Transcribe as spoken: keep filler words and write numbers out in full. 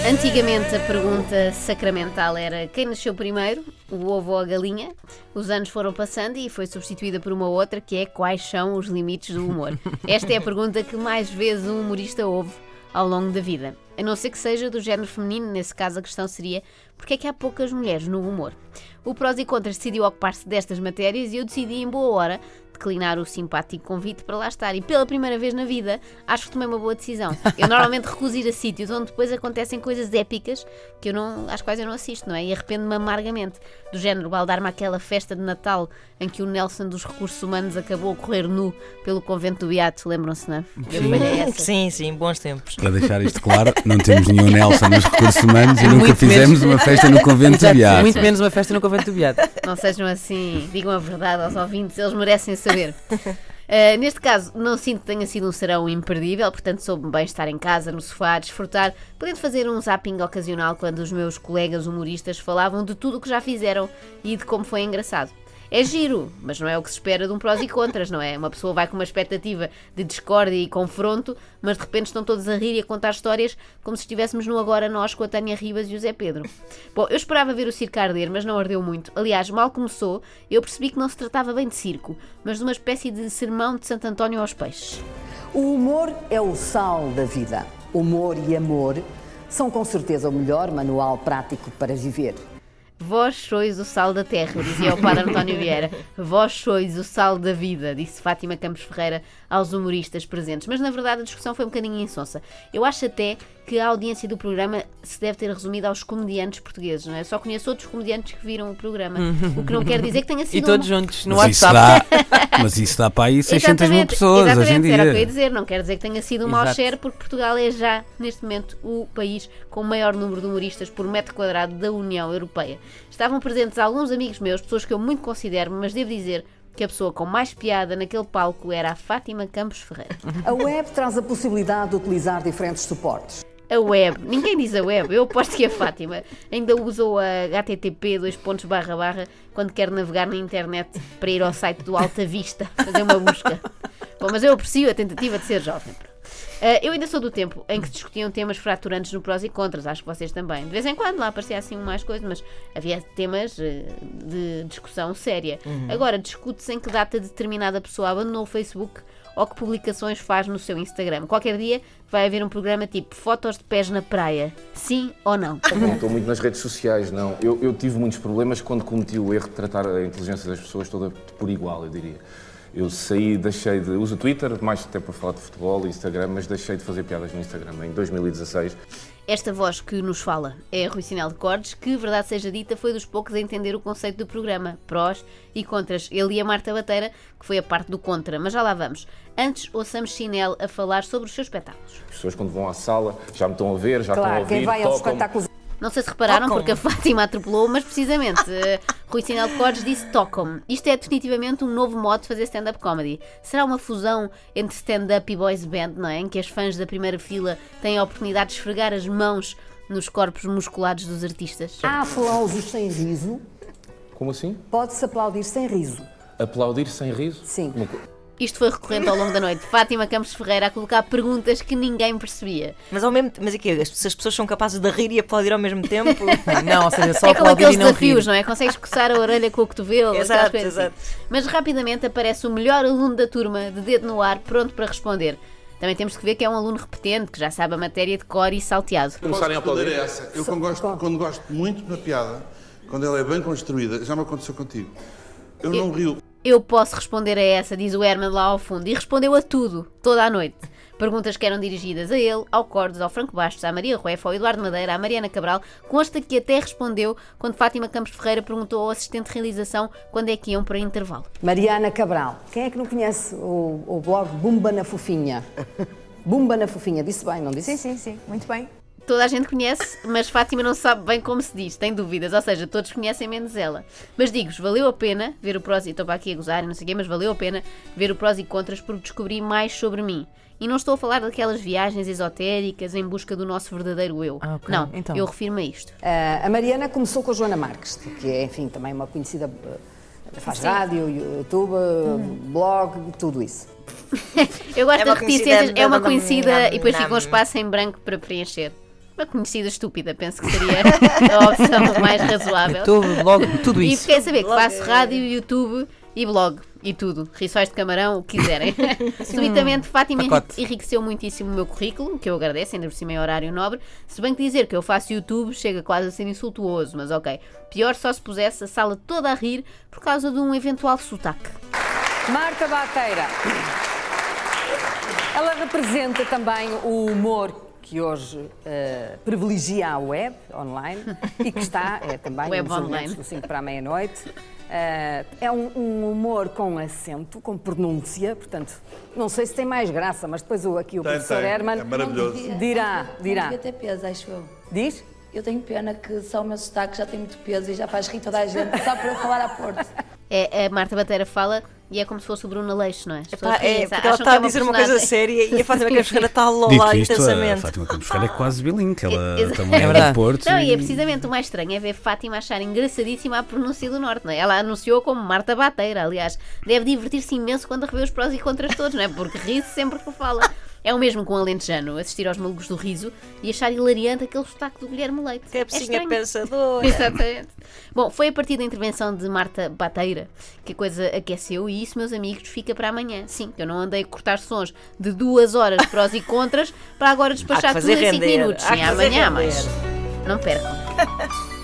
Antigamente a pergunta sacramental era quem nasceu primeiro, o ovo ou a galinha? Os anos foram passando e foi substituída por uma outra que é quais são os limites do humor? Esta é a pergunta que mais vezes um humorista ouve ao longo da vida. A não ser que seja do género feminino, nesse caso a questão seria porque é que há poucas mulheres no humor? O Prós e Contras decidiu ocupar-se destas matérias e eu decidi em boa hora declinar o simpático convite para lá estar. E pela primeira vez na vida, acho que tomei uma boa decisão. Eu normalmente recuso ir a sítios onde depois acontecem coisas épicas que eu não, às quais eu não assisto, não é? E arrependo-me amargamente. Do género, baldar-me aquela festa de Natal em que o Nelson dos Recursos Humanos acabou a correr nu pelo convento do Beato. Lembram-se, não é? Sim, sim, sim, bons tempos. Para deixar isto claro, não temos nenhum Nelson nos Recursos Humanos e nunca fizemos uma festa no convento do Beato. Muito menos uma festa no convento do Beato. Não sejam assim, digam a verdade aos ouvintes, eles merecem saber. Uh, neste caso, não sinto que tenha sido um serão imperdível, portanto soube-me bem estar em casa, no sofá, desfrutar, podendo fazer um zapping ocasional quando os meus colegas humoristas falavam de tudo o que já fizeram e de como foi engraçado. É giro, mas não é o que se espera de um Prós e Contras, não é? Uma pessoa vai com uma expectativa de discórdia e confronto, mas de repente estão todos a rir e a contar histórias como se estivéssemos no Agora Nós com a Tânia Ribas e o Zé Pedro. Bom, eu esperava ver o circo arder, mas não ardeu muito. Aliás, mal começou, eu percebi que não se tratava bem de circo, mas de uma espécie de sermão de Santo António aos peixes. O humor é o sal da vida. Humor e amor são com certeza o melhor manual prático para viver. Vós sois o sal da terra, dizia o padre António Vieira. Vós sois o sal da vida, disse Fátima Campos Ferreira aos humoristas presentes. Mas na verdade a discussão foi um bocadinho insonsa. Eu acho até que a audiência do programa se deve ter resumido aos comediantes portugueses, não é? Só conheço outros comediantes que viram o programa, o que não quer dizer que tenha sido... E todos uma... juntos no mas WhatsApp. Isso dá, mas isso dá para aí seiscentas mil pessoas exatamente, hoje em dia. Era o que eu ia dizer, não quer dizer que tenha sido um mau Exato. share, porque Portugal é já, neste momento, o país com o maior número de humoristas por metro quadrado da União Europeia. Estavam presentes alguns amigos meus, pessoas que eu muito considero, mas devo dizer que a pessoa com mais piada naquele palco era a Fátima Campos Ferreira. A web traz a possibilidade de utilizar diferentes suportes. A web, ninguém diz a web, eu aposto que a Fátima ainda usa o H T T P dois pontos barra barra quando quer navegar na internet para ir ao site do Alta Vista, fazer uma busca. Bom, mas eu aprecio a tentativa de ser jovem. Uh, eu ainda sou do tempo em que se discutiam temas fraturantes no Prós e Contras, acho que vocês também. De vez em quando lá aparecia assim mais coisa, mas havia temas uh, de discussão séria. Uhum. Agora discute-se em que data determinada pessoa abandonou o Facebook ou que publicações faz no seu Instagram. Qualquer dia vai haver um programa tipo fotos de pés na praia, sim ou não? Não estou muito nas redes sociais, não. Eu, eu tive muitos problemas quando cometi o erro de tratar a inteligência das pessoas toda por igual, eu diria. Eu saí, deixei de... Uso o Twitter, mais até para falar de futebol e Instagram, mas deixei de fazer piadas no Instagram em dois mil e dezasseis. Esta voz que nos fala é Rui Sinel de Cordes, que, verdade seja dita, foi dos poucos a entender o conceito do programa, prós e contras. Ele e a Marta Bateira, que foi a parte do contra, mas já lá vamos. Antes, ouçamos Sinel a falar sobre os seus espetáculos. As pessoas quando vão à sala já me estão a ver, já Claro, estão a ouvir, quem vai aos tocam. espetáculos... Não sei se repararam, Tocam. porque a Fátima atropelou, mas precisamente uh, Rui Sinel de Cordes disse tocam-me. Isto é definitivamente um novo modo de fazer stand-up comedy. Será uma fusão entre stand-up e boys band, não é? Em que as fãs da primeira fila têm a oportunidade de esfregar as mãos nos corpos musculados dos artistas. Há aplausos sem riso. Como assim? Pode-se aplaudir sem riso. Aplaudir sem riso? Sim. Uma co- Isto foi recorrente ao longo da noite. Fátima Campos Ferreira a colocar perguntas que ninguém percebia. Mas ao mesmo mas aqui, as, se as pessoas são capazes de rir e aplaudir ao mesmo tempo. Não, ou seja, só É como aplaudir aqueles e não desafios, rir. não é? Consegues coçar a orelha com o cotovelo, aquelas Exato, coisas exato. assim. Mas rapidamente aparece o melhor aluno da turma, de dedo no ar, pronto para responder. Também temos que ver que é um aluno repetente, que já sabe a matéria de cor e salteado. Começarem a aplaudir é essa. Eu quando gosto, quando gosto muito de uma piada, quando ela é bem construída, já me aconteceu contigo, eu não rio. Eu posso responder a essa, diz o Herman lá ao fundo, e respondeu a tudo, toda a noite. Perguntas que eram dirigidas a ele, ao Cordes, ao Franco Bastos, à Maria Rueff, ao Eduardo Madeira, à Mariana Cabral, consta que até respondeu quando Fátima Campos Ferreira perguntou ao assistente de realização quando é que iam para intervalo. Mariana Cabral. Quem é que não conhece o, o blog Bumba na Fofinha? Bumba na Fofinha. Disse bem, não disse? Sim, sim, sim. Muito bem. Toda a gente conhece, mas Fátima não sabe bem como se diz, tem dúvidas, ou seja, todos conhecem menos ela. Mas digo-vos, valeu a pena ver o prós e... Estou para aqui a gozar e não sei o quê, mas valeu a pena ver o prós e contras porque descobri mais sobre mim. E não estou a falar daquelas viagens esotéricas em busca do nosso verdadeiro eu. Ah, ok. Não, Então. eu refiro-me a isto. Uh, a Mariana começou com a Joana Marques, que é, enfim, também uma conhecida... uh, Faz Sim. rádio, YouTube, hum. blog, tudo isso. Eu gosto É das uma conhecida reticências, é uma da- conhecida da- e depois da- fica um espaço em branco para preencher. Uma conhecida estúpida, penso que seria a opção mais razoável. Tudo, logo, tudo E isso. fiquei a saber que faço rádio, YouTube e blog e tudo. Rissóis de camarão, o que quiserem. Subitamente, Fátima pacote. enriqueceu muitíssimo o meu currículo, que eu agradeço, ainda por cima é horário nobre. Se bem que dizer que eu faço YouTube chega quase a ser insultuoso, mas ok. Pior só se pusesse a sala toda a rir por causa de um eventual sotaque. Marta Bateira. Ela representa também o humor que hoje uh, privilegia a web online e que está é, também Web nos online. eventos do cinco para a meia-noite. Uh, é um, um humor com acento, com pronúncia, portanto, não sei se tem mais graça, mas depois o, aqui o Tem, professor tem. Herman É maravilhoso. dirá, dirá. Não devia ter peso, acho eu. Diz? Eu tenho pena que só o meu sotaque já tem muito peso e já faz rir toda a gente, só para eu falar a Porto. É, a Marta Bateira fala e é como se fosse o Bruno Aleixo, não é? As pessoas Pá, riem, é, sa- porque ela acham está que é a dizer uma personagem. coisa séria e a Fátima Campos Ferreira está a Dito lolar isto, a intensamente. Fátima Campos Ferreira é quase bilingue, ela Ex- também É é verdade. do Porto. Não, e é precisamente o mais estranho é ver Fátima achar engraçadíssima a pronúncia do Norte, não é? Ela anunciou como Marta Bateira, aliás. Deve divertir-se imenso quando revê os prós e contras todos, não é? Porque ri-se sempre que fala. É o mesmo com o alentejano, assistir aos malucos do riso e achar hilariante aquele sotaque do Guilherme Leite. Cabecinha estranho. pensadora. Exatamente. Bom, foi a partir da intervenção de Marta Bateira que a coisa aqueceu e isso, meus amigos, fica para amanhã. Sim, eu não andei a cortar sons de duas horas de prós e contras para agora Há que despachar tudo fazer em cinco render, minutos. há que Sim, fazer amanhã há render. mais. Não percam.